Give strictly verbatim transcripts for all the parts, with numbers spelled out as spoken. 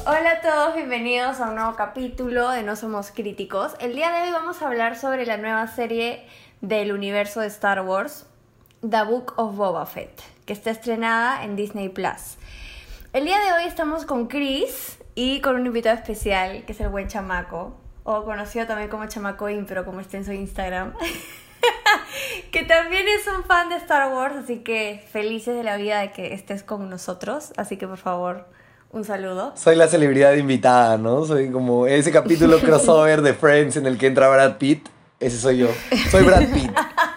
Hola a todos, bienvenidos a un nuevo capítulo de No Somos Críticos. El día de hoy vamos a hablar sobre la nueva serie del universo de Star Wars, The Book of Boba Fett, que está estrenada en Disney Plus. El día de hoy estamos con Chris y con un invitado especial, que es el buen Chamaco, o conocido también como Chamaco Impro, como está en su Instagram, que también es un fan de Star Wars, así que felices de la vida de que estés con nosotros. Así que por favor, un saludo. Soy la celebridad invitada, ¿no? Soy como ese capítulo crossover de Friends en el que entra Brad Pitt. Ese soy yo. Soy Brad Pitt.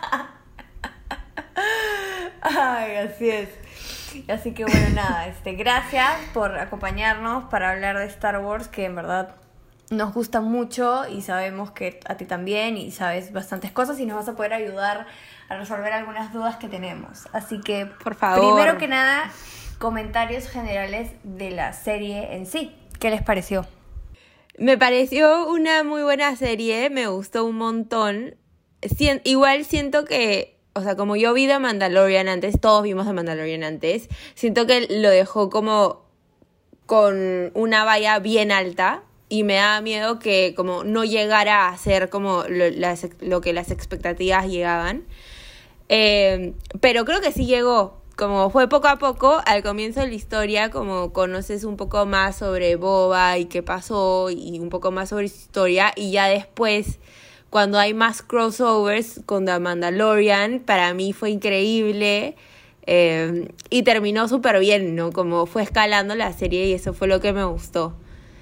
Ay, así es. Así que bueno, nada, este, gracias por acompañarnos para hablar de Star Wars, que en verdad nos gusta mucho y sabemos que a ti también, y sabes bastantes cosas y nos vas a poder ayudar a resolver algunas dudas que tenemos. Así que, por favor, primero que nada, comentarios generales de la serie en sí. ¿Qué les pareció? Me pareció una muy buena serie, me gustó un montón. Sien- igual siento que, o sea, como yo vi The Mandalorian antes, todos vimos The Mandalorian antes, siento que lo dejó como con una valla bien alta y me da miedo que como no llegara a ser como lo, las, lo que las expectativas llegaban. Eh, pero creo que sí llegó. Como fue poco a poco, al comienzo de la historia, como conoces un poco más sobre Boba y qué pasó y un poco más sobre su historia, y ya después, cuando hay más crossovers con The Mandalorian, para mí fue increíble, eh, y terminó súper bien, ¿no? Como fue escalando la serie y eso fue lo que me gustó.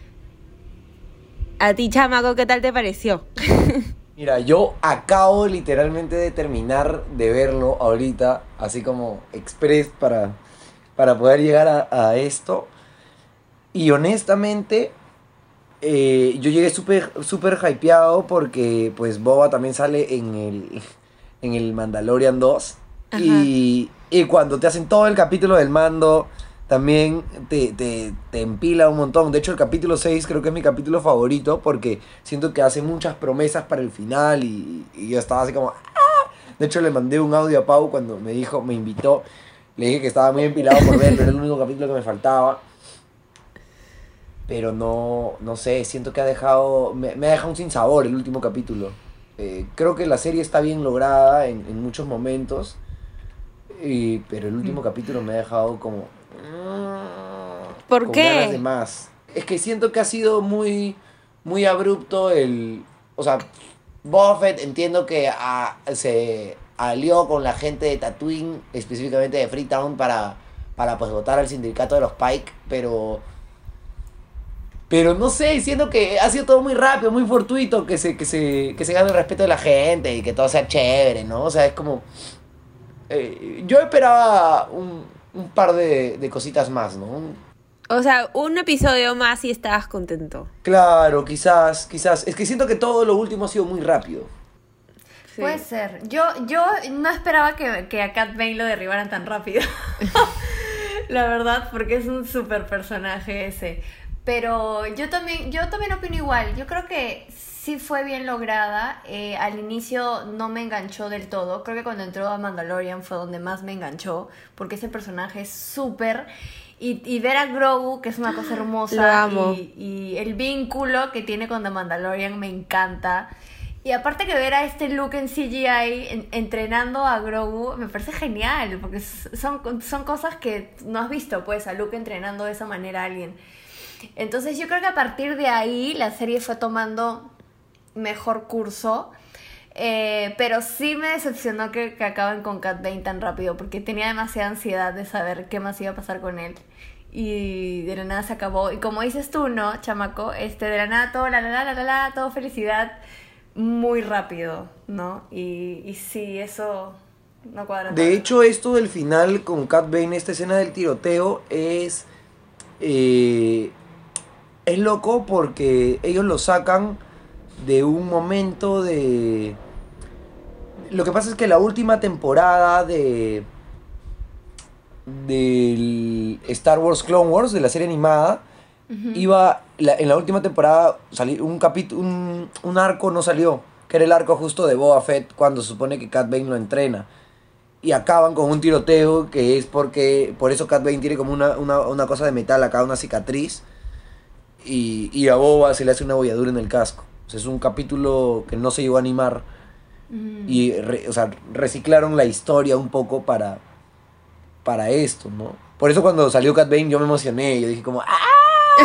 A ti, Chamaco, ¿qué tal te pareció? Mira, yo acabo literalmente de terminar de verlo ahorita, así como express para, para poder llegar a, a esto. Y honestamente, eh, yo llegué súper súper hypeado porque pues Boba también sale en el, en el Mandalorian dos. Y, y cuando te hacen todo el capítulo del mando, también te, te, te empila un montón. De hecho, el capítulo seis creo que es mi capítulo favorito porque siento que hace muchas promesas para el final y, y yo estaba así como... ¡ah! De hecho, le mandé un audio a Pau cuando me dijo, me invitó. Le dije que estaba muy empilado por verlo, era el único capítulo que me faltaba. Pero no, no sé, siento que ha dejado... Me, me ha dejado un sinsabor el último capítulo. Eh, creo que la serie está bien lograda en, en muchos momentos. Y, pero el último capítulo me ha dejado como... ¿Por con qué? ganas de más. Es que siento que ha sido muy, muy abrupto el... O sea, Boba Fett entiendo que a, se alió con la gente de Tatooine, específicamente de Freetown, para, para pues votar al sindicato de los Pike, pero... Pero no sé, siento que ha sido todo muy rápido, muy fortuito, que se, que se, que se gane el respeto de la gente y que todo sea chévere, ¿no? O sea, es como... Eh, yo esperaba un... un par de, de cositas más, ¿no? O sea, un episodio más y estabas contento. Claro, quizás, quizás. Es que siento que todo lo último ha sido muy rápido. Sí. Puede ser. Yo, yo no esperaba que, que a Cat Bane lo derribaran tan rápido. La verdad, porque es un súper personaje ese. Pero yo también, yo también opino igual. Yo creo que sí fue bien lograda. Eh, al inicio no me enganchó del todo. Creo que cuando entró a Mandalorian fue donde más me enganchó, porque ese personaje es súper... Y, y ver a Grogu, que es una cosa hermosa. Lo amo. Y, y el vínculo que tiene con The Mandalorian me encanta. Y aparte que ver a este Luke en C G I en, entrenando a Grogu me parece genial, porque son, son cosas que no has visto, pues, a Luke entrenando de esa manera a alguien. Entonces yo creo que a partir de ahí la serie fue tomando mejor curso, eh, pero sí me decepcionó que, que acaben con Cat Bane tan rápido, porque tenía demasiada ansiedad de saber qué más iba a pasar con él, y de la nada se acabó. Y como dices tú, ¿no, Chamaco? Este, de la nada todo, la la la la la, la todo felicidad, muy rápido, ¿no? Y, y sí, eso no cuadra. De hecho, esto del final con Cat Bane, esta escena del tiroteo, es... Eh, es loco porque ellos lo sacan de un momento de... Lo que pasa es que la última temporada de... del Star Wars Clone Wars, de la serie animada, uh-huh. iba... La, en la última temporada salió un capítulo... Un, un arco no salió, que era el arco justo de Boba Fett, cuando se supone que Cat Bane lo entrena. Y acaban con un tiroteo, que es porque... Por eso Cat Bane tiene como una, una, una cosa de metal acá, una cicatriz. y, y a Boba se le hace una bolladura en el casco. O sea, es un capítulo que no se llegó a animar Mm. y, re- o sea, reciclaron la historia un poco para, para esto, ¿no? Por eso cuando salió Cat Bane yo me emocioné, yo dije como, ¡ah!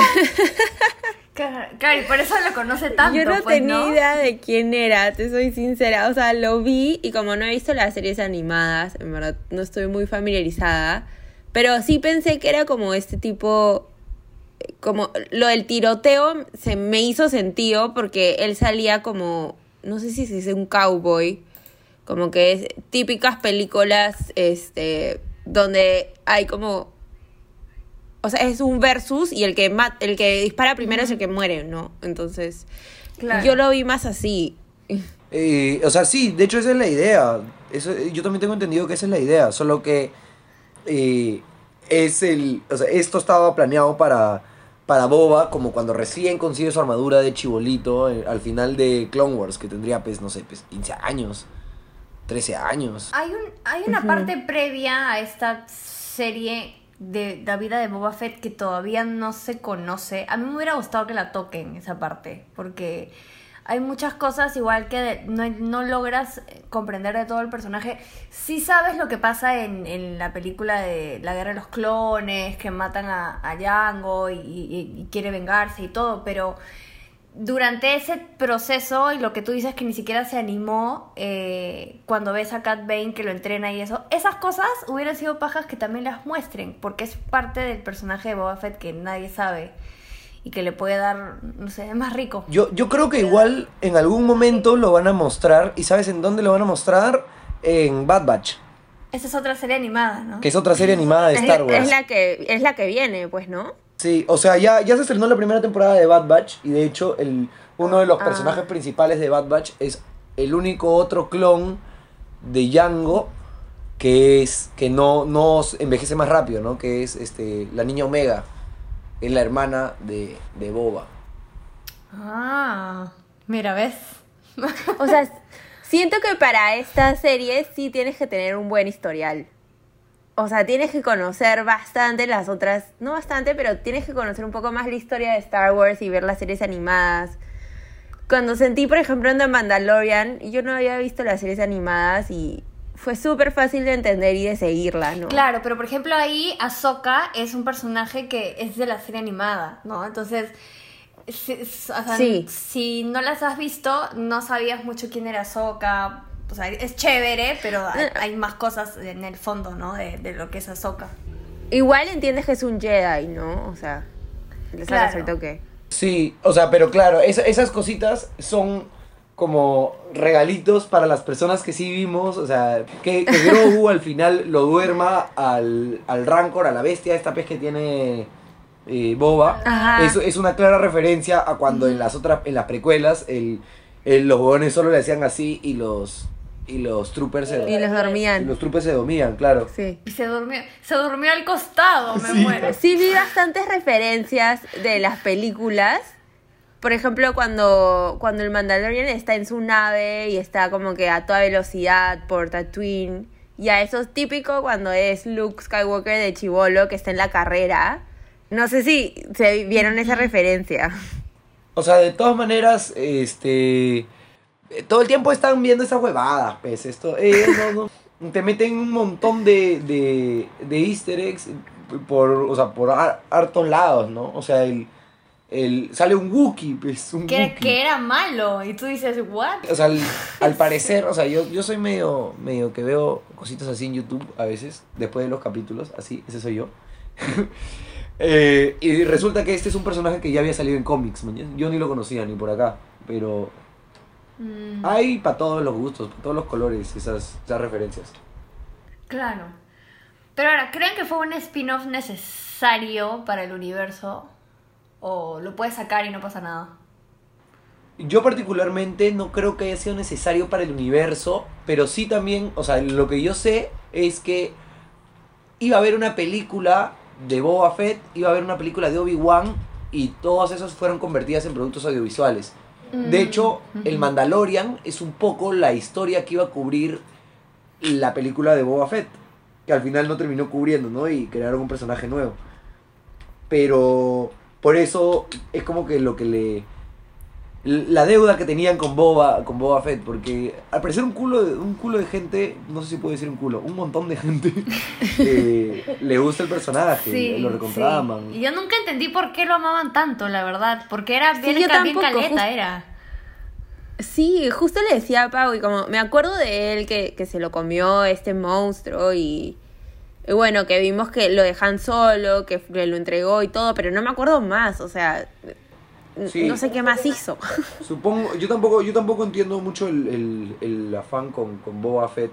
Claro, claro, y por eso lo conoce tanto. Yo no pues, tenía ¿no? idea de quién era, te soy sincera. O sea, lo vi y como no he visto las series animadas, en verdad no estoy muy familiarizada. Pero sí pensé que era como este tipo, como lo del tiroteo se me hizo sentido porque él salía como, no sé si se dice un cowboy, como que es típicas películas, este, donde hay como, o sea, es un versus y el que ma- el que dispara primero es el que muere, ¿no? Entonces, Claro. yo lo vi más así. Eh, o sea, sí, de hecho esa es la idea. Eso, yo también tengo entendido que esa es la idea, solo que eh, es el, o sea, esto estaba planeado para, para Boba, como cuando recién consigue su armadura de chibolito eh, al final de Clone Wars, que tendría, pues, no sé, pues, quince años, trece años. Hay, un, hay una Ujú. parte previa a esta serie de la vida de Boba Fett que todavía no se conoce. A mí me hubiera gustado que la toquen esa parte, porque hay muchas cosas igual que no, no logras comprender de todo el personaje. Sí sabes lo que pasa en, en la película de La Guerra de los Clones, que matan a, a Jango y, y- y quiere vengarse y todo, pero durante ese proceso, y lo que tú dices que ni siquiera se animó, eh, cuando ves a Cat Bane que lo entrena y eso, esas cosas hubieran sido pajas que también las muestren, porque es parte del personaje de Boba Fett que nadie sabe y que le puede dar, no sé, es más rico. Yo, yo creo que igual en algún momento lo van a mostrar, ¿y sabes en dónde lo van a mostrar? En Bad Batch, Esa es otra serie animada, ¿no? que es otra serie animada de Es, Star Wars. es la que es la que viene, pues, ¿no? Sí, o sea, ya, ya se estrenó la primera temporada de Bad Batch y de hecho el, uno de los Ah. personajes principales de Bad Batch es el único otro clon de Django que es que no, no envejece más rápido, ¿no? Que es este la niña Omega, es la hermana de, de Boba. Ah, mira, ¿ves? O sea, siento que para esta serie sí tienes que tener un buen historial. O sea, tienes que conocer bastante las otras, no bastante, pero tienes que conocer un poco más la historia de Star Wars y ver las series animadas. Cuando sentí, por ejemplo, en The Mandalorian, yo no había visto las series animadas y fue súper fácil de entender y de seguirla, ¿no? Claro, pero por ejemplo ahí Ahsoka es un personaje que es de la serie animada, ¿no? Entonces, si, o sea, Sí. si no las has visto, no sabías mucho quién era Ahsoka. O sea, es chévere, pero hay, hay más cosas en el fondo, ¿no? De, de lo que es Ahsoka. Igual entiendes que es un Jedi, ¿no? O sea, le sacas Claro. el toque. Sí, o sea, pero claro, esa- esas cositas son como regalitos para las personas que sí vimos, o sea, que, que Grogu al final lo duerma al, al Rancor, a la bestia esta pez que tiene eh, Boba. Ajá. Es, es una clara referencia a cuando en las otras, en las precuelas, el, el- los huevones solo le hacían así y los, y los troopers se, Y los y dormían. los troopers se dormían, claro. Sí. Y se durmió, se durmió al costado, me Sí. muero. Sí vi bastantes referencias de las películas. Por ejemplo, cuando, cuando el Mandalorian está en su nave y está como que a toda velocidad por Tatooine. Ya eso es típico cuando es Luke Skywalker de chibolo que está en la carrera. No sé si se vieron esa referencia. O sea, de todas maneras, este... eh, todo el tiempo están viendo esas huevadas, pues. Esto, eh, no, no. Te meten un montón de, de, de easter eggs por, o sea, por har- hartos lados, ¿no? O sea, el, el, sale un Wookiee, pues, un Que, Wookiee. que era malo. Y tú dices, ¿what? O sea, al, al parecer, o sea, yo, yo soy medio, medio que veo cositas así en YouTube a veces, después de los capítulos, así, ese soy yo. Eh, y resulta que este es un personaje que ya había salido en cómics, man. Yo ni lo conocía ni por acá, pero Mm, hay para todos los gustos, para todos los colores esas, esas referencias. claro. Pero ahora, ¿creen que fue un spin-off necesario para el universo? ¿O lo puedes sacar y no pasa nada? Yo particularmente no creo que haya sido necesario para el universo, pero sí también, o sea, lo que yo sé es que iba a haber una película de Boba Fett, iba a haber una película de Obi-Wan y todas esas fueron convertidas en productos audiovisuales. De hecho, el Mandalorian es un poco la historia que iba a cubrir la película de Boba Fett, que al final no terminó cubriendo, ¿no? Y crearon un personaje nuevo. Pero, por eso es como que lo que le... La deuda que tenían con Boba, con Boba Fett, porque al parecer un culo, de, un culo de gente, no sé si puedo decir un culo, un montón de gente eh, le gusta el personaje, Sí, lo recontraman. sí. Y yo nunca entendí por qué lo amaban tanto, la verdad. Porque era bien, Sí, yo ca- bien tampoco, caleta, just- era. Sí, justo le decía a Pau, y como me acuerdo de él que, que se lo comió este monstruo y, y bueno, que vimos que lo dejan solo, que le lo entregó y todo, pero no me acuerdo más, o sea, n- Sí. no sé qué más hizo. Supongo, yo tampoco, yo tampoco entiendo mucho el, el, el afán con, con Boba Fett.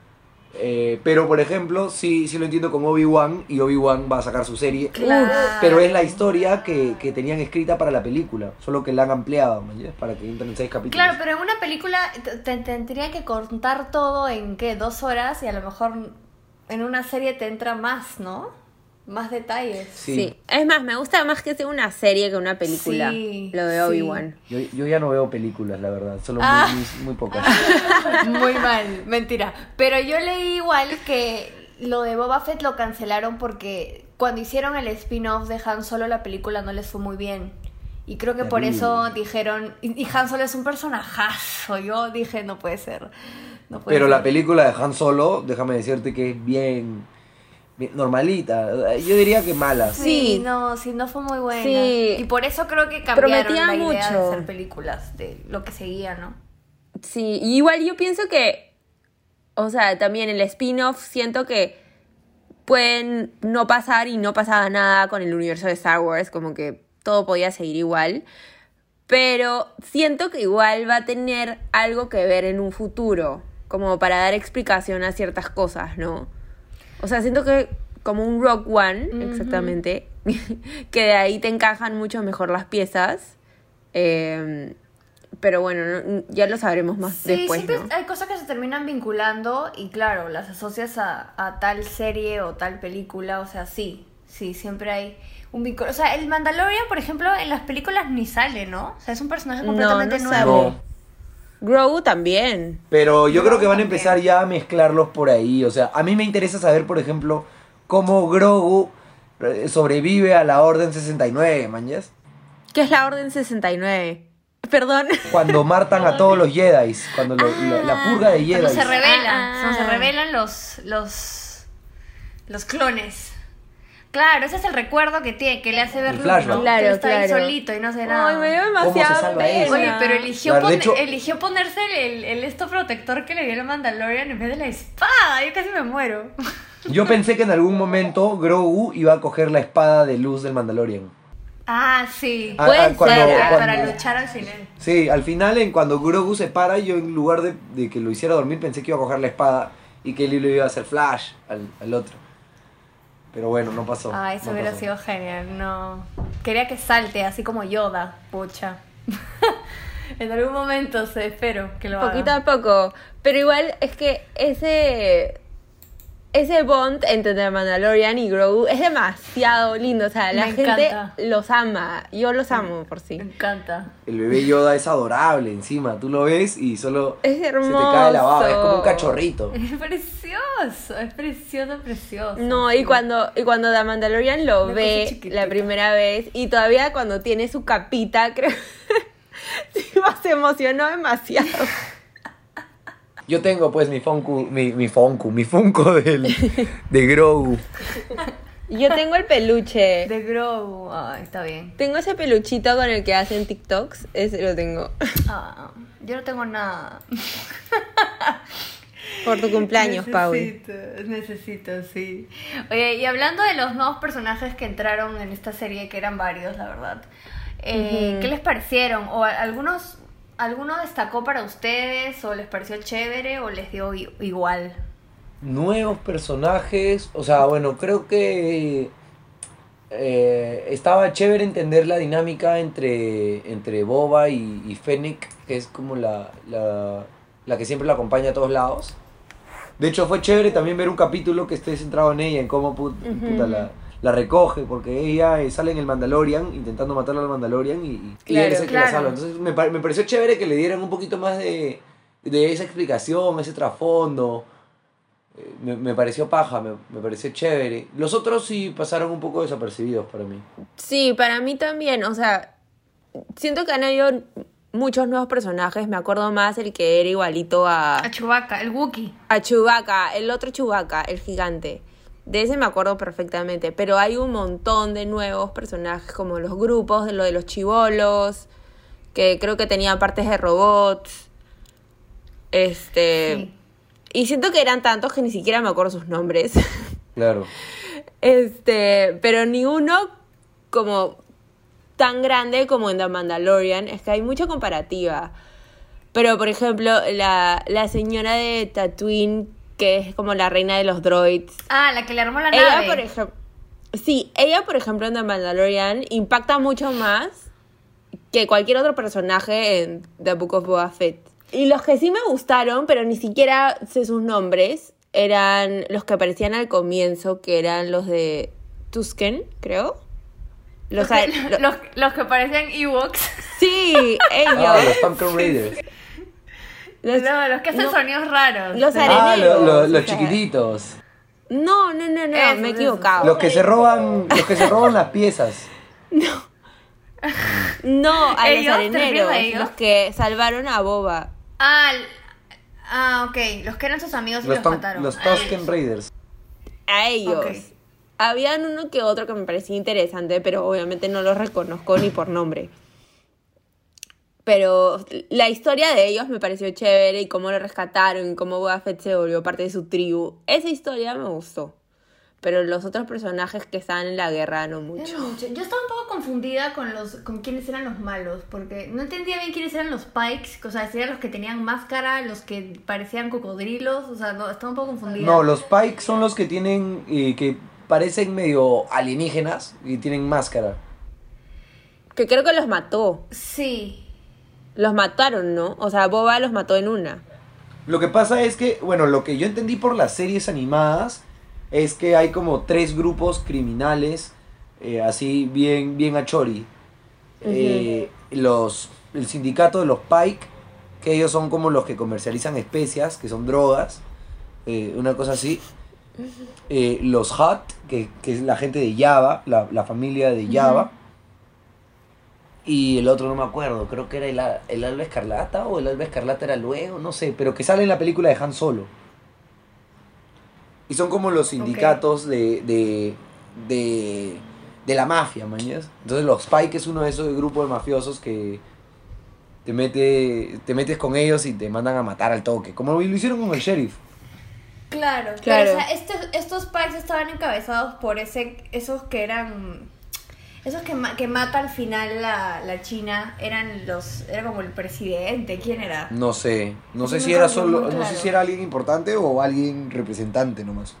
Eh, pero por ejemplo, sí, sí lo entiendo con Obi-Wan, y Obi-Wan va a sacar su serie. Claro. Pero es la historia que, que tenían escrita para la película, solo que la han ampliado, ¿me entiendes? Para que entren seis capítulos. Claro, pero en una película te, te tendría que contar todo en, ¿qué? Dos horas y a lo mejor en una serie te entra más, ¿no? Más detalles. Sí. Sí. Es más, me gusta más que sea una serie que una película, Sí, lo de sí. Obi-Wan. Yo, yo ya no veo películas, la verdad, solo Ah. muy, muy, muy pocas. Muy mal, mentira. Pero yo leí igual que lo de Boba Fett lo cancelaron porque cuando hicieron el spin-off de Han Solo la película no les fue muy bien. Y creo que por Terrible. eso dijeron, y y Han Solo es un personajazo. Yo dije, no puede ser. No puede Pero ser. la película de Han Solo, déjame decirte que es bien, bien normalita. Yo diría que mala. Sí, Sí. no, sí, no fue muy buena. Sí. Y por eso creo que cambiaron Prometía la idea de mucho. hacer películas, de lo que seguía, ¿no? Sí, y igual yo pienso que, o sea, también el spin-off siento que pueden no pasar y no pasaba nada con el universo de Star Wars, como que todo podía seguir igual, pero siento que igual va a tener algo que ver en un futuro, como para dar explicación a ciertas cosas, ¿no? O sea, siento que como un Rogue One, Ujú. exactamente, que de ahí te encajan mucho mejor las piezas. Eh, pero bueno, no- ya lo sabremos más Sí, después, siempre ¿no? hay cosas que se terminan vinculando y claro, las asocias a, a tal serie o tal película, o sea, sí, sí, siempre hay un vínculo. O sea, el Mandalorian, por ejemplo, en las películas ni sale, ¿no? O sea, es un personaje No, completamente no nuevo. sale. Grogu también. Pero yo No, creo que van a también. empezar ya a mezclarlos por ahí. O sea, a mí me interesa saber, por ejemplo, cómo Grogu eh, sobrevive a la Orden sesenta y nueve, mañas. ¿Qué es la Orden sesenta y nueve? Perdón. Cuando martan a todos los Jedi, cuando lo- la, la purga de Jedi. Cuando se revelan, Ah. cuando se revelan los, los, los clones. Claro, ese es el recuerdo que tiene, que le hace ver El Luke, flashback. ¿no? Claro, Que está ahí claro. solito y no hace nada. Ay, me dio ¿Cómo se demasiada salva pena. eso? Oye, pero eligió, Claro, de pon- hecho- eligió ponerse el, el, el esto protector que le dio el Mandalorian en vez de la espada. Yo casi me muero. Yo pensé que en algún momento Grogu iba a coger la espada de luz del Mandalorian. Ah, sí. Ah, Puede ah, cuando- ser, Para, cuando- para luchar al final. Sí, al final, en cuando Grogu se para, yo en lugar de, de que lo hiciera dormir, pensé que iba a coger la espada y que él le iba a hacer flash al, al otro. Pero bueno, no pasó. Ah, eso no hubiera pasó. sido genial. No. Quería que salte, así como Yoda, pucha. En algún momento se espero que lo haga. Poquito a poco. Pero igual es que ese. Ese bond entre The Mandalorian y Grogu es demasiado lindo. O sea, la Me gente encanta. los ama. Yo los amo por Me sí. encanta. El bebé Yoda es adorable encima. Tú lo ves y solo Es se te cae la baba. Es como un hermoso. cachorrito. Es precioso, es precioso, precioso. No, y cuando, y cuando The Mandalorian lo Una cosa ve chiquitita. la primera vez, y todavía cuando tiene su capita, creo sí, se emocionó demasiado. Yo tengo pues mi Funko, mi, mi Funko, mi Funko del, de Grogu. Yo tengo el peluche. De Grogu, ay, está bien. Tengo ese peluchito con el que hacen TikToks, ese lo tengo. Ah, yo no tengo nada. Por tu cumpleaños, Paul. Necesito, necesito, sí. Oye, y hablando de los nuevos personajes que entraron en esta serie, que eran varios, la verdad. eh, Ujú. ¿Qué les parecieron? ¿O a- algunos, alguno destacó para ustedes? ¿O les pareció chévere? ¿O les dio i- igual? Nuevos personajes, o sea, bueno, creo que eh, estaba chévere entender la dinámica entre, entre Boba y, y Fennec, que es como la, la, la que siempre la acompaña a todos lados. De hecho, fue chévere también ver un capítulo que esté centrado en ella, en cómo put- puta, la, la recoge, porque ella eh, sale en el Mandalorian intentando matarlo al Mandalorian y, y Claro, él es el que la claro. salva. Entonces me, pare- me pareció chévere que le dieran un poquito más de, de esa explicación, ese trasfondo. eh, me, me pareció paja, me, me pareció chévere. Los otros sí pasaron un poco desapercibidos para mí. Sí, para mí también, o sea, siento que han habido muchos nuevos personajes. Me acuerdo más el que era igualito a... A Chewbacca, el Wookiee. A Chewbacca, el otro Chewbacca, el gigante. De ese me acuerdo perfectamente. Pero hay un montón de nuevos personajes, como los grupos, de lo de los chibolos, que creo que tenían partes de robots. Este... Sí. Y siento que eran tantos que ni siquiera me acuerdo sus nombres. Claro. Este... Pero ni uno como tan grande como en The Mandalorian. Es que hay mucha comparativa. Pero, por ejemplo, la, la señora de Tatooine, que es como la reina de los droids. Ah, la que le armó la Ella, nave. por ejemplo... Sí, ella, por ejemplo, en The Mandalorian impacta mucho más que cualquier otro personaje en The Book of Boba Fett. Y los que sí me gustaron, pero ni siquiera sé sus nombres, eran los que aparecían al comienzo, que eran los de Tusken, creo. Los, Los, a- que, lo- los, los que parecían Ewoks. Sí, ellos. Ah, los Pumpkin Raiders. Los- No, los que hacen no. sonidos raros. Los Sí. areneros. Ah, lo- lo- o los sea. chiquititos. No, no, no, no, Esos, me he esos. equivocado. Los que se roban, los que se roban las piezas. No, a ¿Ellos? los ¿Te refieres areneros, a ellos? los que salvaron a Boba. Ah, el- ah, ok. Los que eran sus amigos y Los, los, Pum- mataron. los Ah, Tusken Raiders. A ellos. Ok. Habían uno que otro que me parecía interesante, pero obviamente no los reconozco ni por nombre. Pero la historia de ellos me pareció chévere y cómo lo rescataron y cómo Boba Fett se volvió parte de su tribu. Esa historia me gustó. Pero los otros personajes que estaban en la guerra no Era mucho. mucho. Yo estaba un poco confundida con los con quiénes eran los malos, porque no entendía bien quiénes eran los Pikes, o sea, si eran los que tenían máscara, los que parecían cocodrilos, o sea, no, estaba un poco confundida. No, los Pike son los que tienen, eh, que parecen medio alienígenas y tienen máscara. Que creo que los mató. Sí. Los mataron, ¿no? O sea, Boba los mató en una. Lo que pasa es que, bueno, lo que yo entendí por las series animadas es que hay como tres grupos criminales, eh, así bien, bien a chori. Eh, los, el sindicato de los Pike, que ellos son como los que comercializan especias, que son drogas, eh, una cosa así. Eh, los Hutt, que, que es la gente de Java, la, la familia de Java. Y el otro no me acuerdo, creo que era el, a- el Alba Escarlata o el Alba Escarlata era luego, no sé, pero que sale en la película de Han Solo. Y son como los sindicatos de, de, de, de la mafia, mañas. Entonces los Spike es uno de esos grupos de mafiosos que te, mete, te metes con ellos y te mandan a matar al toque, como lo hicieron con el sheriff. Claro, Claro. pero o sea, estos, estos Pikes estaban encabezados por ese, esos que eran, esos que, ma- que mata al final la, la China, eran los, era como el presidente, ¿quién era? No sé, no sé Eso si nunca era quedó solo, muy no sé claro. si era alguien importante o alguien representante nomás.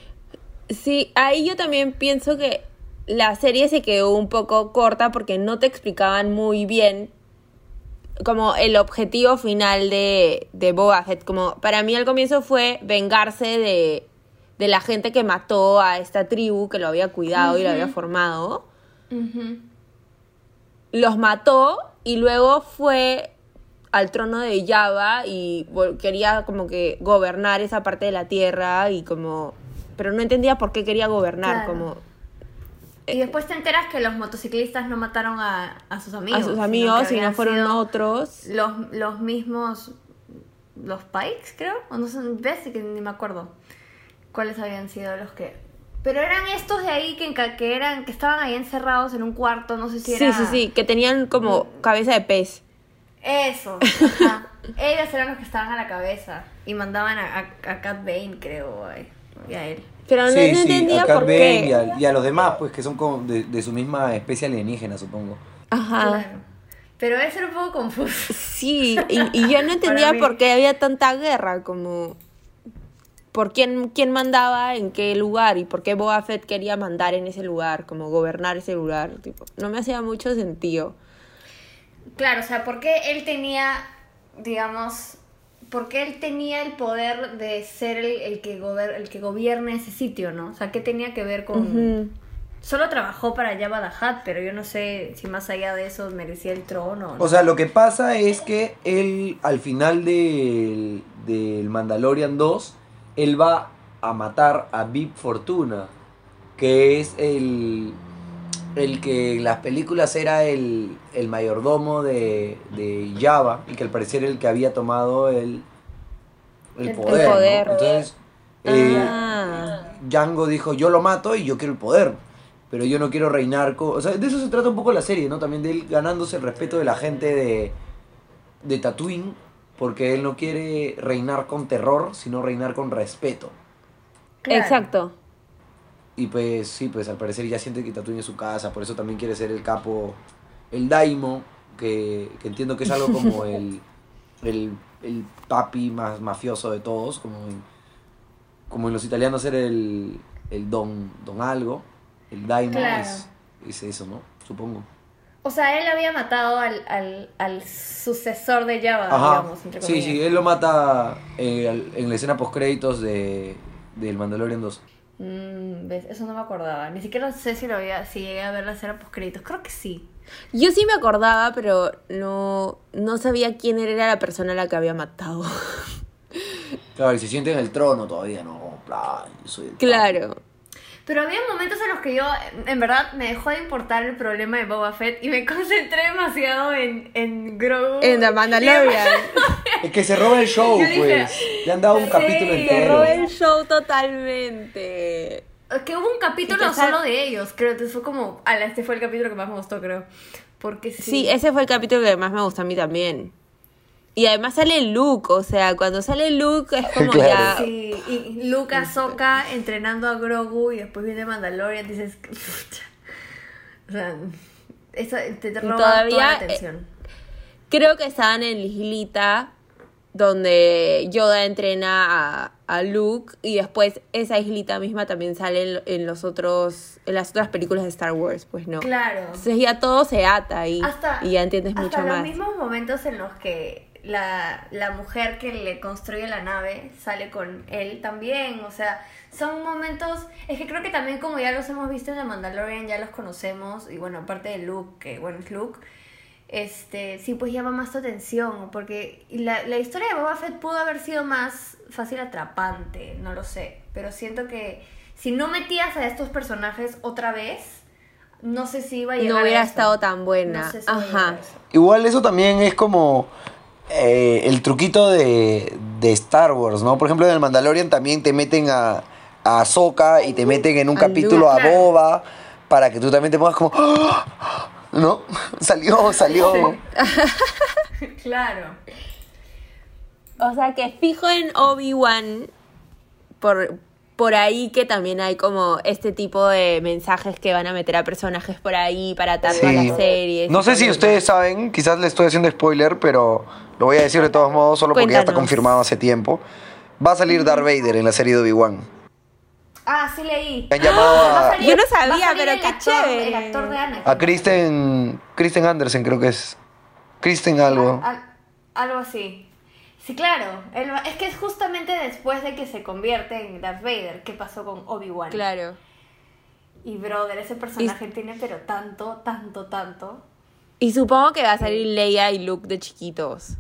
Sí, ahí yo también pienso que la serie se quedó un poco corta porque no te explicaban muy bien como el objetivo final de, de Boba Fett. Como para mí al comienzo fue vengarse de, de la gente que mató a esta tribu que lo había cuidado y lo había formado. Ujú. Los mató y luego fue al trono de Java y vol- quería como que gobernar esa parte de la tierra y como... Pero no entendía por qué quería gobernar, Claro. como... Y después te enteras que los motociclistas no mataron a, a sus amigos. a sus sino amigos que y no habían fueron sido otros. Los, los mismos, los Pikes, creo, o no sé, ves que ni me acuerdo cuáles habían sido los que... Pero eran estos de ahí que, enca- que eran que estaban ahí encerrados en un cuarto, no sé si Sí, era... sí, sí, que tenían como cabeza de pez. Eso, ajá. Ellos eran los que estaban a la cabeza y mandaban a, a, a Cat Bane, creo, ay, y a él. Pero no, no entendía a Cat por Bane qué. Y a, y a los demás, pues, que son como de, de su misma especie alienígena, supongo. Ajá. Claro. Pero eso era un poco confuso. Sí, y, y yo no entendía Para mí. por qué había tanta guerra, como... ¿Por quién, quién mandaba en qué lugar? Y por qué Boba Fett quería mandar en ese lugar, como gobernar ese lugar. Tipo, no me hacía mucho sentido. Claro, o sea, porque él tenía, digamos, porque él tenía el poder de ser el, el que gober, el que gobierne ese sitio, ¿no? O sea, ¿qué tenía que ver con...? Ujú. Solo trabajó para Jabba the Hutt, pero yo no sé si más allá de eso merecía el trono. ¿No? O sea, lo que pasa es que él, al final del, del Mandalorian dos, él va a matar a Bib Fortuna, que es el, el que en las películas era el, el mayordomo de, de Jabba y que al parecer era el que había tomado el, el El poder. ¿no? poder. Entonces, eh, Ah. Django dijo, yo lo mato y yo quiero el poder, pero yo no quiero reinar con... O sea, de eso se trata un poco la serie, ¿no? También de él ganándose el respeto de la gente de, de Tatooine, porque él no quiere reinar con terror, sino reinar con respeto. Claro. Exacto. Y pues sí, pues al parecer ya siente que Tatooine es su casa, por eso también quiere ser el capo, el daimo, que, que entiendo que es algo como el, el, el papi más mafioso de todos, como en, como en los italianos era el, el don, don algo, el daimo Claro. es, es eso, ¿no? Supongo. O sea, él había matado al, al, al sucesor de Jabba, Ajá, digamos, entre sí, comillas. sí, él lo mata eh, al- en la escena post créditos de del Mandalorian dos. Mm, ¿ves? Eso no me acordaba. Ni siquiera sé si lo había, si llegué a ver la escena post créditos. Creo que sí. Yo sí me acordaba, pero no, no sabía quién era la persona a la que había matado. Claro, y se siente en el trono todavía, ¿no? Bla, yo soy el papi. Claro. Pero había momentos en los que yo, en verdad, me dejó de importar el problema de Boba Fett y me concentré demasiado en, en Grogu. En The Mandalorian. Es que se roba el show, Yo dije, pues. Le han dado un sí, capítulo se Se entero. robó el show totalmente. Es que hubo un capítulo Y que sal- solo de ellos, creo. Entonces fue como, ala, este fue el capítulo que más me gustó, creo. Porque sí. Sí, ese fue el capítulo que más me gustó a mí también. Y además sale Luke, o sea, cuando sale Luke es como Claro. ya... Sí, y Luke Ahsoka entrenando a Grogu y después viene Mandalorian, dices, pucha. O sea, eso te, te roba todavía, toda la eh, atención. Creo que estaban en la islita donde Yoda entrena a, a Luke y después esa islita misma también sale en, en los otros en las otras películas de Star Wars, pues no. Claro. Entonces ya todo se ata ahí Hasta, y ya entiendes hasta mucho los más. mismos momentos en los que la, la mujer que le construye la nave sale con él también, o sea, son momentos, es que creo que también como ya los hemos visto en The Mandalorian, ya los conocemos, y bueno, aparte de Luke, que bueno, es Luke, este, sí, pues llama más tu atención, porque la, la historia de Boba Fett pudo haber sido más fácil atrapante, no lo sé, pero siento que si no metías a estos personajes otra vez, no sé si iba a llegar No a hubiera eso. estado tan buena. No sé si iba a llegar Ajá. a eso. Igual eso también es como eh, el truquito de, de Star Wars, ¿no? Por ejemplo, en el Mandalorian también te meten a, a Ahsoka y te meten en un A capítulo Luke, a claro. Boba para que tú también te pongas como... ¡Ah! ¿No? Salió, salió. Claro. O sea que fijo en Obi-Wan por, por ahí que también hay como este tipo de mensajes que van a meter a personajes por ahí para atar todas Sí. las series. No y sé todo si lo ustedes demás. saben, quizás le estoy haciendo spoiler, pero lo voy a decir de todos modos solo porque ya está Cuéntanos. confirmado hace tiempo. Va a salir Darth Vader en la serie de Obi-Wan. Ah, sí leí. Me han llamado Va a, salir- Yo no va a sabía, salir pero el qué actor- chévere. El actor de Anakin. a Kristen, Kristen Andersen, creo que es. Kristen algo. Al- algo así. Sí, claro. Él va- es que es justamente después de que se convierte en Darth Vader que pasó con Obi-Wan. Claro. Y brother, ese personaje tiene pero tanto, tanto, tanto. Y supongo que va a salir Leia y Luke de chiquitos.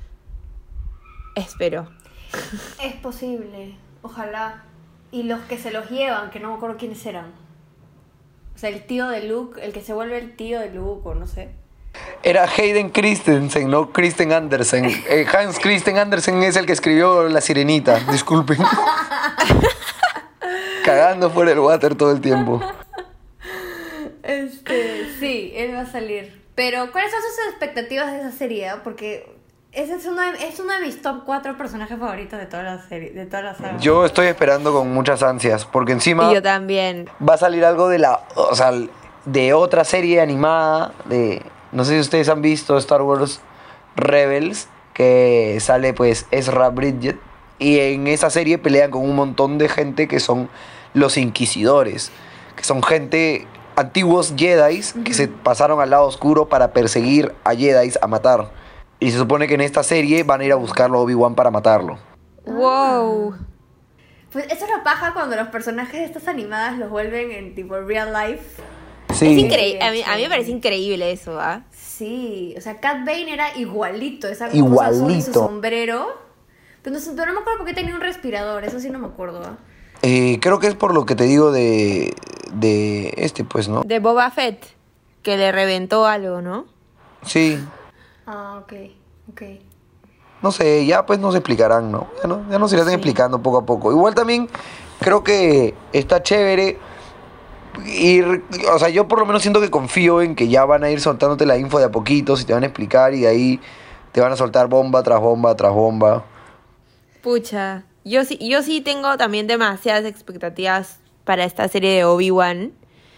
Espero. Es posible. Ojalá. Y los que se los llevan, que no me acuerdo quiénes eran. O sea, el tío de Luke, el que se vuelve el tío de Luke, o no sé. Era Hayden Christensen, no Kristen Andersen. Eh, Hans Christian Andersen es el que escribió La Sirenita, disculpen. Cagando fuera del water todo el tiempo. Este, sí, él va a salir. Pero, ¿cuáles son sus expectativas de esa serie? Porque ese es uno de, es uno de mis top cuatro personajes favoritos de toda la serie, de toda la saga. Yo estoy esperando con muchas ansias, porque encima Y yo también. va a salir algo de la, o sea, de otra serie animada de, no sé si ustedes han visto Star Wars Rebels, que sale pues Ezra Bridget y en esa serie pelean con un montón de gente que son los inquisidores, que son gente antiguos Jedis que se pasaron al lado oscuro para perseguir a Jedis a matar. Y se supone que en esta serie van a ir a buscarlo a Obi-Wan para matarlo. Wow. Pues eso es la paja cuando los personajes de estas animadas los vuelven en tipo real life. Sí. Es increíble. A mí, a mí me parece increíble eso, ¿ah? Sí, o sea, Cat Bane era igualito, esa cosa Igualito. azul y su sombrero. Pero no, sé- pero no me acuerdo por qué tenía un respirador, eso sí no me acuerdo. ¿Ah? Eh, creo que es por lo que te digo de, de este, pues, ¿no? De Boba Fett, que le reventó algo, ¿no? Sí, Ah, ok, ok. no sé, ya pues nos explicarán, ¿no? Ya, no, ya nos irán Sí. explicando poco a poco. Igual también creo que está chévere ir, o sea, yo por lo menos siento que confío en que ya van a ir soltándote la info de a poquitos y te van a explicar y de ahí te van a soltar bomba tras bomba tras bomba. Pucha, yo sí, yo sí tengo también demasiadas expectativas para esta serie de Obi-Wan.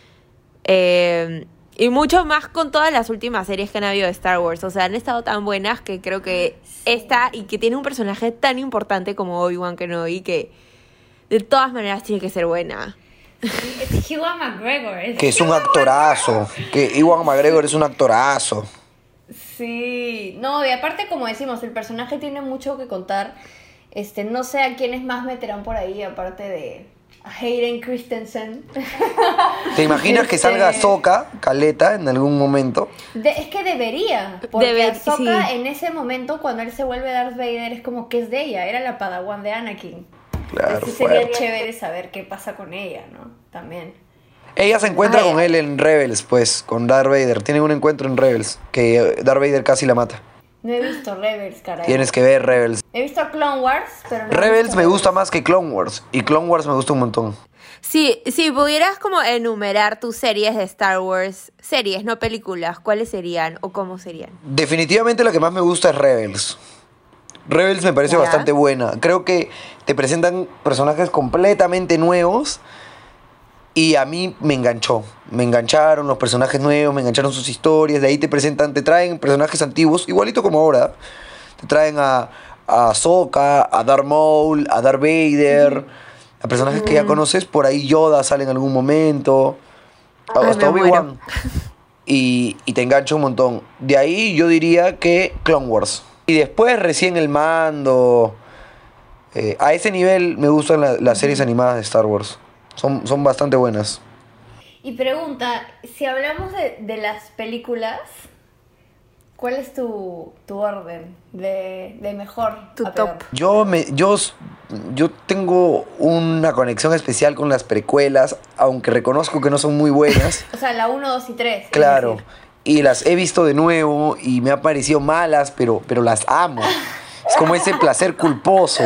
Eh, y mucho más con todas las últimas series que han habido de Star Wars. O sea, han estado tan buenas que creo que esta, y que tiene un personaje tan importante como Obi-Wan Kenobi, que de todas maneras tiene que ser buena. Es Ewan McGregor. Es Que es un Ewan actorazo, que Ewan McGregor es un actorazo. Sí, no, y aparte como decimos, el personaje tiene mucho que contar. Este, no sé a quiénes más meterán por ahí, aparte de Hayden Christensen. ¿Te imaginas que Este, salga Ahsoka, Caleta, en algún momento? de- es que debería, porque Debe- Ahsoka sí. en ese momento, cuando él se vuelve Darth Vader, es como que es de ella, era la Padawan de Anakin. Claro, Entonces sería fuerte. chévere saber qué pasa con ella, ¿no? También. Ella se encuentra Ay. con él en Rebels, pues, con Darth Vader. Tienen un encuentro en Rebels, que eh, Darth Vader casi la mata. No he visto Rebels, caray. Tienes que ver Rebels. He visto Clone Wars, pero no he Rebels visto me gusta más que Clone Wars. Y Clone Wars me gusta un montón. Sí, si pudieras como enumerar tus series de Star Wars, series, no películas, ¿cuáles serían o cómo serían? Definitivamente la que más me gusta es Rebels. Rebels me parece Ya. bastante buena. Creo que te presentan personajes completamente nuevos. Y a mí me enganchó. Me engancharon los personajes nuevos, me engancharon sus historias. De ahí te presentan, te traen personajes antiguos, igualito como ahora. Te traen a, a Ahsoka, a Darth Maul, a Darth Vader. A personajes que ya conoces. Por ahí Yoda sale en algún momento. Ay, Hasta me Obi-Wan. Y, y te engancha un montón. De ahí yo diría que Clone Wars. Y después recién el Mando. Eh, a ese nivel me gustan la- las series animadas de Star Wars. Son, son bastante buenas. Y pregunta, si hablamos de, de las películas, ¿cuál es tu, tu orden de, de mejor Tu a peor? top. Yo, me, yo, s- yo tengo una conexión especial con las precuelas, aunque reconozco que no son muy buenas. O sea, la uno, dos y tres. Claro. Y las he visto de nuevo y me han parecido malas, pero, pero las amo. Es como ese placer culposo.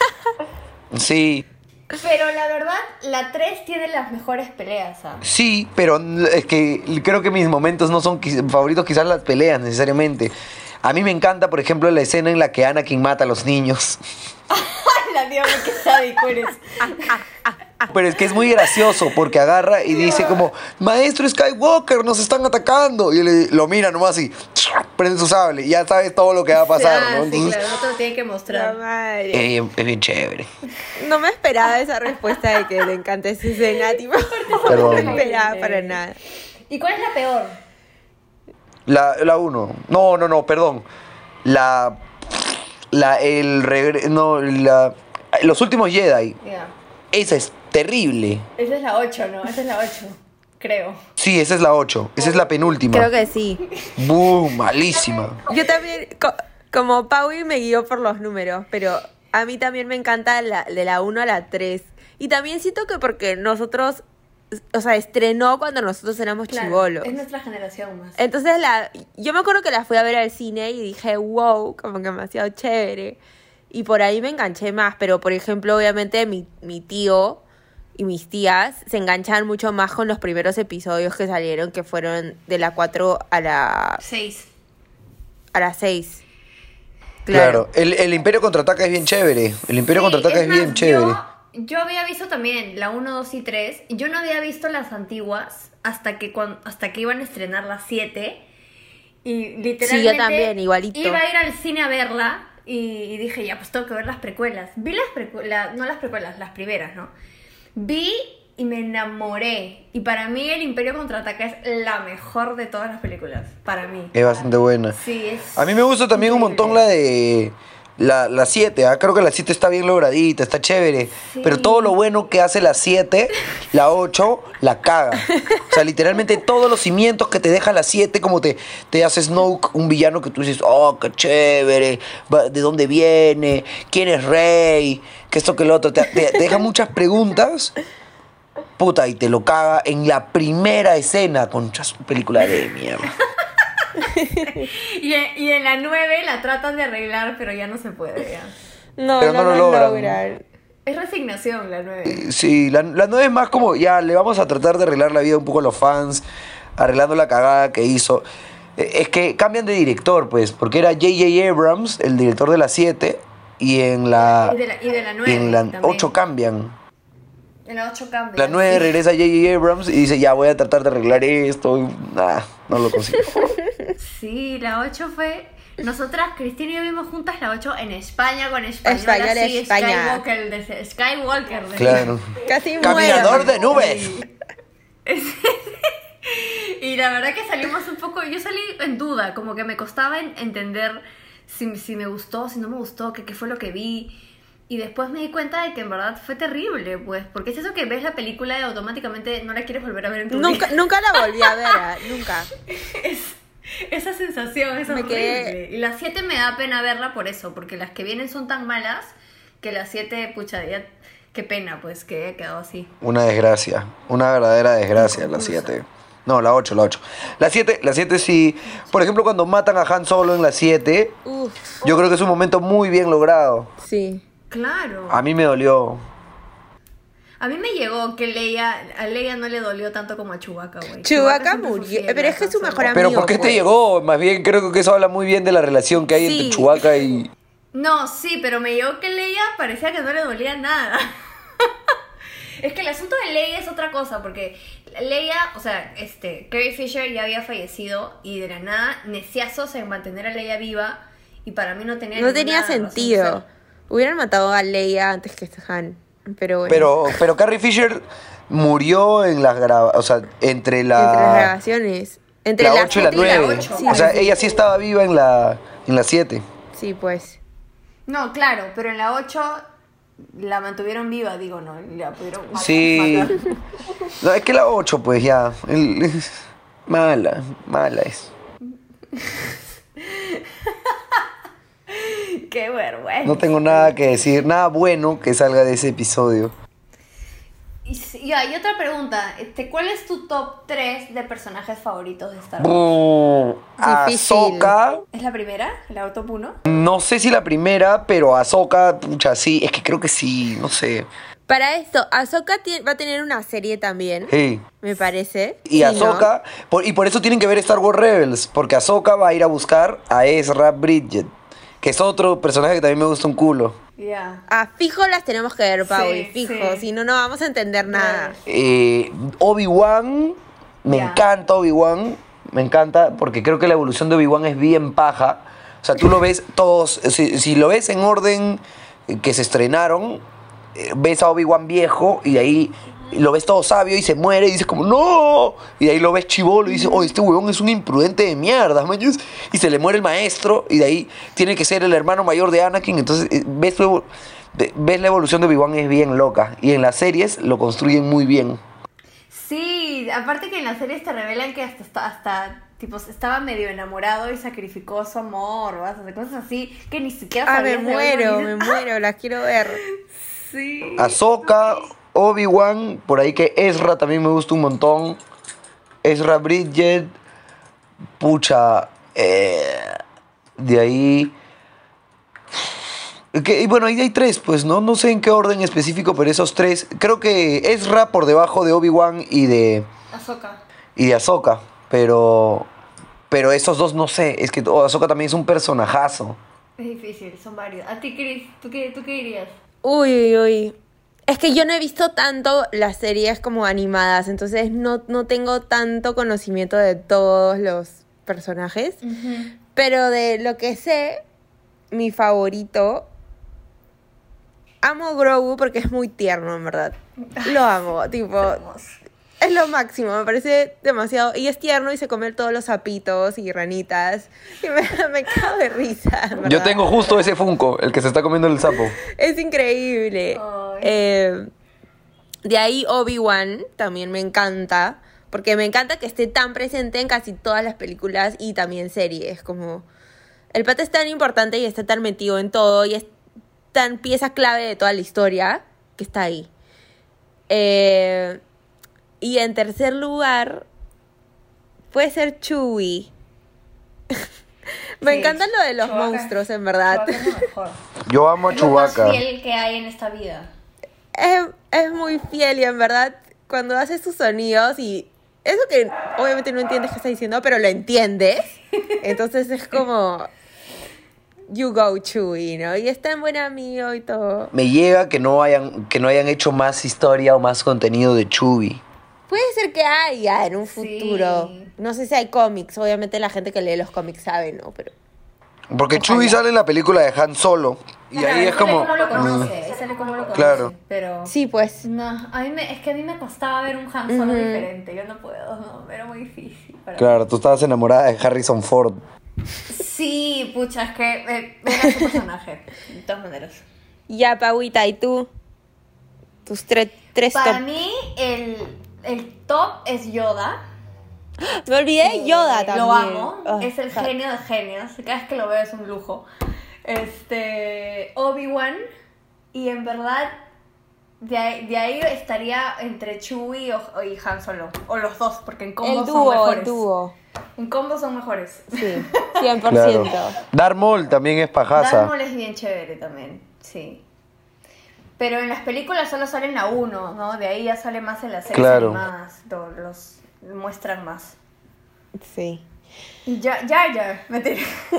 Sí, Pero la verdad, la tres tiene las mejores peleas, ¿ah? sí, pero n- es que creo que mis momentos no son quiz- favoritos, quizás las peleas necesariamente. A mí me encanta, por ejemplo, la escena en la que Anakin mata a los niños. ¡Ay, la diablo, qué sádico eres! Pero es que es muy gracioso porque agarra y dice como, Maestro Skywalker, nos están atacando. Y él lo mira nomás y prende su sable y ya sabes todo lo que va a pasar, Ah, ¿no? sí, Entonces, claro, no te lo tiene que La mostrar. madre. eh, es bien chévere. No me esperaba esa respuesta de que le encanta esa escena, tipo. No Perdón. me esperaba para nada. ¿Y cuál es la peor? La, la uno. No, no, no, perdón. La. La. El regre- No, la. Los últimos Jedi. Ya. Esa es terrible. Esa es la ocho, ¿no? Esa es la ocho, creo. Sí, esa es la ocho. Esa es la penúltima. Creo que sí. Boom, malísima. Yo también, co- como Paui me guió por los números, pero a mí también me encanta la, de la uno a la tres. Y también siento que porque nosotros, o sea, estrenó cuando nosotros éramos Claro, chivolos. es nuestra generación más. Entonces la, yo me acuerdo que la fui a ver al cine y dije, wow, como que demasiado chévere. Y por ahí me enganché más, pero por ejemplo, obviamente mi, mi tío y mis tías se enganchan mucho más con los primeros episodios que salieron, que fueron de la cuatro a la, Seis. a la seis. Claro. El, el Imperio Contraataca es bien chévere. El Imperio Sí, Contraataca es, más, bien chévere. Yo, yo había visto también la uno, dos y tres. Yo no había visto las antiguas hasta que, cuan- hasta que iban a estrenar las siete. Y literalmente Sí, yo también, igualito. iba a ir al cine a verla y, y dije, ya, pues tengo que ver las precuelas. Vi las precuelas, no las precuelas, las primeras, ¿no? Vi y me enamoré. Y para mí el Imperio Contraataca es la mejor de todas las películas. Para mí. Es bastante buena. Sí, es A mí me gusta también un increíble. montón la de la, la siete, ¿ah? Creo que la siete está bien logradita, está chévere. Sí. Pero todo lo bueno que hace la siete, la ocho, la caga. O sea, literalmente todos los cimientos que te deja la siete, como te, te hace Snoke, un villano que tú dices, oh, qué chévere, va- ¿de dónde viene? ¿Quién es Rey? Que esto, que lo otro. Te, te- te deja muchas preguntas. Puta, y te lo caga en la primera escena, concha su película de mierda. Y en, y en la nueve la tratan de arreglar, pero ya no se puede. Ya. No, Pero no, no lo lo logran. logran. Es resignación la nueve. Sí, la, la nueve es más como, ya, le vamos a tratar de arreglar la vida un poco a los fans, arreglando la cagada que hizo. Eh, Es que cambian de director, pues, porque era J J Abrams, el director de la siete, y en la, Y de la, y de la y nueve. en la también. ocho cambian. En la ocho cambia. La nueve sí. regresa J J Abrams y dice, ya, voy a tratar de arreglar esto. Y, nah, no lo consigo. Sí, la ocho fue... Nosotras, Cristina y yo vimos juntas la ocho en España con español. Español, así, España. Skywalker, de- Skywalker. de- Claro. Casi Caminador muero. de nubes. Y la verdad que salimos un poco... Yo salí en duda, como que me costaba en- entender si, si me gustó, si no me gustó, qué qué fue lo que vi. Y después me di cuenta de que en verdad fue terrible, pues. Porque es eso que ves la película y automáticamente no la quieres volver a ver en tu Nunca, vida. nunca la volví a ver, ah, nunca. Es, esa sensación es Me horrible. quedé- Y las siete me da pena verla por eso, porque las que vienen son tan malas que las siete, pucha, ya, qué pena, pues, que haya quedado así. Una desgracia, una verdadera desgracia, la Inconclusa. siete. No, la ocho, la ocho. La siete, la siete sí. Por ejemplo, cuando matan a Han Solo en la siete, Uf, yo creo que es un momento muy bien logrado. sí. Claro. A mí me dolió. A mí me llegó que Leia, a Leia no le dolió tanto como a Chewbacca, güey. Chewbacca siempre fue murió, fiel pero a es que es Han su Solo. mejor amigo. Pero ¿por qué te pues. llegó? Más bien creo que eso habla muy bien de la relación que hay Sí. entre Chewbacca y... No, sí, pero me llegó que Leia parecía que no le dolía nada. Es que el asunto de Leia es otra cosa, porque Leia, o sea, este, Carrie Fisher ya había fallecido y de la nada neciazos en mantener a Leia viva y para mí no tenía No ninguna tenía razón de sentido. ser. Hubieran matado a Leia antes que a Han. Pero bueno. Pero, pero Carrie Fisher murió en las grabaciones, o sea, entre la... Entre las grabaciones. Entre la la ocho y la siete nueve. ocho. Sí, O sea, sí, ella sí estaba viva en la en la siete. sí, pues. No, claro, pero en la ocho la mantuvieron viva, digo, no, la pudieron matar- Sí. matar. No, es que la ocho, pues ya. el- mala, mala es. Qué vergüenza. No tengo nada que decir, nada bueno que salga de ese episodio. Y, sí, ya, y otra pregunta, este, ¿cuál es tu top tres de personajes favoritos de Star Wars? Brr, Difícil. Ahsoka, ¿Es la primera? ¿La top uno? no sé si la primera, pero Ahsoka, pucha, sí, es que creo que sí, no sé. Para esto, Ahsoka tie- va a tener una serie también, Sí. me parece. Y Sí, ¿no? Ahsoka, por- y por eso tienen que ver Star Wars Rebels, porque Ahsoka va a ir a buscar a Ezra Bridget, que es otro personaje que también me gusta un culo. Ya. Ah, fijo las tenemos que ver, Pauli, Sí, fijo. sí. Si no, no vamos a entender nada. Eh, Obi-Wan, me Ya. encanta Obi-Wan, me encanta porque creo que la evolución de Obi-Wan es bien paja. O sea, tú lo ves todos, si, si lo ves en orden eh, que se estrenaron, eh, ves a Obi-Wan viejo y de ahí lo ves todo sabio y se muere y dices como ¡no! Y de ahí lo ves chibolo y dices ¡oh, este huevón es un imprudente de mierda! mañas", Y se le muere el maestro y de ahí tiene que ser el hermano mayor de Anakin. Entonces eh, ves, tu evo- ve- ves la evolución de Obi-Wan es bien loca y en las series lo construyen muy bien. Sí, aparte que en las series te revelan que hasta, hasta, hasta, tipo, estaba medio enamorado y sacrificó su amor, ¿vas? O sea, cosas así que ni siquiera Ah, me sabías de muero, uno y me dices, muero, las quiero ver. "Ah, sí. Ahsoka, Obi-Wan, por ahí que Ezra también me gusta un montón. Ezra Bridget, pucha, eh, de ahí... Que, y bueno, ahí hay tres, pues, ¿no? No sé en qué orden específico, pero esos tres. Creo que Ezra por debajo de Obi-Wan y de, Ahsoka. y de Ahsoka, pero... Pero esos dos no sé, es que oh, Ahsoka también es un personajazo. Es difícil, son varios. ¿A ti, Chris? ¿Tú qué, tú qué dirías? Uy, uy, uy. Es que yo no he visto tanto las series como animadas, entonces no, no tengo tanto conocimiento de todos los personajes. Pero de lo que sé, mi favorito... Amo a Grogu porque es muy tierno, en verdad. Lo amo, tipo... Hermoso. Es lo máximo, me parece demasiado. Y es tierno y se come todos los sapitos y ranitas. Y me, me cago de risa. ¿verdad? Yo tengo justo ese Funko, el que se está comiendo el sapo. Es increíble. Eh, de ahí Obi-Wan también me encanta. Porque me encanta que esté tan presente en casi todas las películas y también series. Como el pata es tan importante y está tan metido en todo y es tan pieza clave de toda la historia que está ahí. Eh, y en tercer lugar puede ser Chewie. Me Sí, encanta lo de los Chewbacca- monstruos, en verdad. Chewbacca es lo mejor. Yo amo a Es lo más Chewbacca. fiel que hay en esta vida. Es, es muy fiel y en verdad cuando hace sus sonidos y eso que obviamente no entiendes qué está diciendo, pero lo entiendes. Entonces es como you go Chewie, ¿no? Y es tan buen amigo y todo. Me llega que no hayan, que no hayan hecho más historia o más contenido de Chewie. Puede ser que haya en un Sí. futuro. No sé si hay cómics. Obviamente la gente que lee los cómics sabe, ¿no? Pero Porque Chewie sale en la película de Han Solo. Y Ajá, ahí es ese como... cómo lo mm, conoce, ese cómo lo conoce, Claro. pero sí, pues. no, a mí me, es que a mí me costaba ver un Han Solo Ujú. diferente, yo no puedo, no, era muy difícil para mí. Claro, tú estabas enamorada de Harrison Ford. Sí, pucha, es que eh, era su personaje, de todas maneras. Ya, Pauita, ¿y tú? Tus tre- tres Para top. mí el, el top es Yoda. Me olvidé de Yoda Eh, también. Lo amo, Oh, es el fuck. genio de genios, cada vez que lo veo es un lujo. Este, Obi-Wan, y en verdad de ahí, de ahí estaría entre Chewie o, y Han Solo, o los dos, porque en combo El son dúo, mejores. el dúo. En combo son mejores. Sí, cien por ciento. Claro. Darth Maul también es pajaza. Darth Maul es bien chévere también, sí. Pero en las películas solo salen a uno, ¿no? De ahí ya sale más en las series Claro. animadas, lo- los muestran más. Sí. Y ya, Jar Jar, mentira.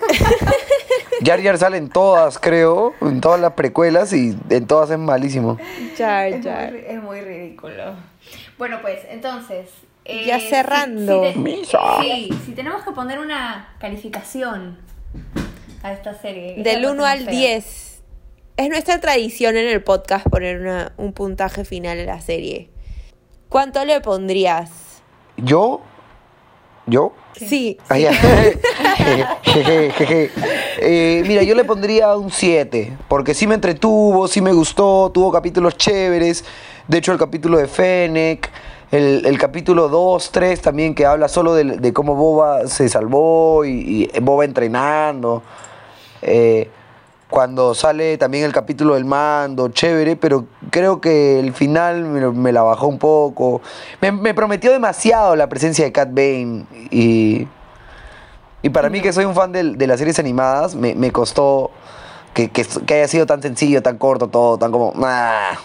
Jar Jar sale en todas, creo. En todas las precuelas y en todas es malísimo. Jar Es Jar. muy, es muy ridículo. Bueno, pues, entonces... eh, Ya si- cerrando. Si, te- Misa. sí, si tenemos que poner una calificación a esta serie. esa Del parte uno más al fea. diez. Es nuestra tradición en el podcast poner una, un puntaje final a la serie. ¿Cuánto le pondrías? ¿Yo? ¿Yo? Sí. Ah, ya. Jeje, jeje. Eh, mira, yo le pondría un siete, porque sí me entretuvo, sí me gustó, tuvo capítulos chéveres. De hecho, el capítulo de Fennec, el, el capítulo dos, tres también, que habla solo de, de cómo Boba se salvó y, y Boba entrenando. Eh, cuando sale también el capítulo del mando, chévere, pero creo que el final me, me la bajó un poco. Me, me prometió demasiado la presencia de Cat Bane y, y para mí que soy un fan de, de las series animadas, me, me costó que, que, que haya sido tan sencillo, tan corto, todo, tan como... "Ah".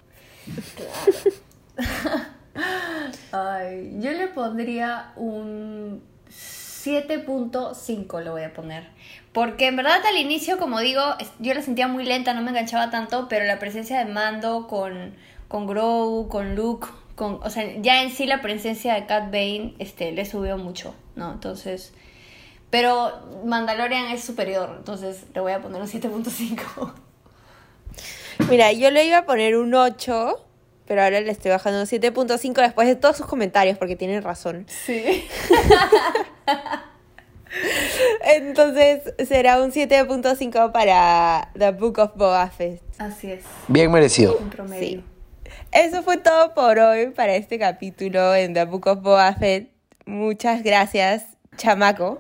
Ay, yo le pondría un siete punto cinco, lo voy a poner. Porque en verdad al inicio, como digo, es- yo la sentía muy lenta, no me enganchaba tanto, pero la presencia de Mando con, con Grogu, con Luke, con, o sea, ya en sí la presencia de Cat Bane este, le subió mucho, ¿no? Entonces, pero Mandalorian es superior, entonces le voy a poner un siete punto cinco. Mira, yo le iba a poner un ocho, pero ahora le estoy bajando un siete punto cinco después de todos sus comentarios, porque tienen razón. Sí. Entonces será un siete punto cinco para The Book of Boba Fett. Así es, Bien merecido. en promedio. Sí. Eso fue todo por hoy para este capítulo en The Book of Boba Fett. Muchas gracias, chamaco,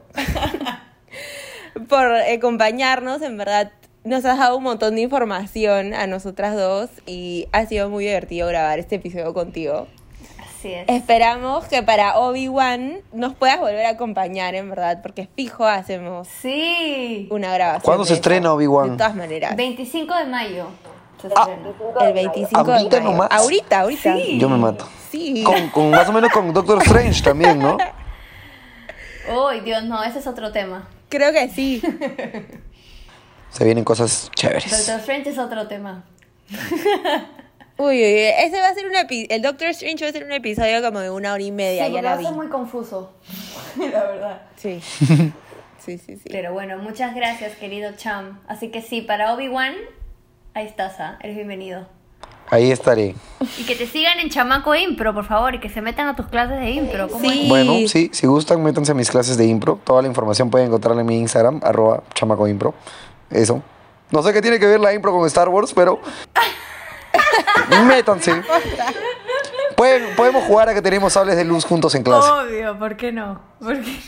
por acompañarnos. En verdad, nos has dado un montón de información a nosotras dos y ha sido muy divertido grabar este episodio contigo. Así es. Esperamos que para Obi-Wan nos puedas volver a acompañar, en verdad, porque fijo hacemos Sí. una grabación. ¿Cuándo de se eso. estrena Obi-Wan? De todas maneras. veinticinco de mayo se Ah. estrena. El veinticinco ¿Ahorita de mayo. nomás? Ahorita, ahorita. Sí. Yo me mato. Sí. Con, con más o menos con Doctor Strange también, ¿no? Uy, Dios, no, ese es otro tema. Creo que sí. Se vienen cosas chéveres. Doctor Strange es otro tema. Uy, uy, uy, ese va a ser un episodio. El Doctor Strange va a ser un episodio como de una hora y media, Sí, ya porque la va a vi. ser muy confuso, la verdad. Sí. Sí, sí, sí. Pero bueno, muchas gracias, querido Cham. Así que sí, para Obi-Wan, ahí estás, ¿ah? Eres bienvenido. Ahí estaré. Y que te sigan en Chamaco Impro, por favor, y que se metan a tus clases de impro. ¿Cómo Sí. es? Bueno, sí, si gustan, métanse a mis clases de impro. Toda la información pueden encontrarla en mi Instagram, arroba chamacoimpro. Eso. No sé qué tiene que ver la impro con Star Wars, pero... métanse. Pueden- podemos jugar a que tenemos sables de luz juntos en clase. Obvio, ¿por qué no? ¿Por qué?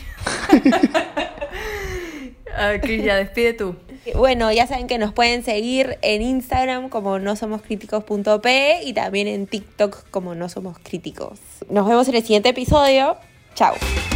Aquí ya, despide tú. Bueno, ya saben que nos pueden seguir en Instagram como no somos críticos punto p y también en TikTok como no somos críticos. Nos vemos en el siguiente episodio. Chao.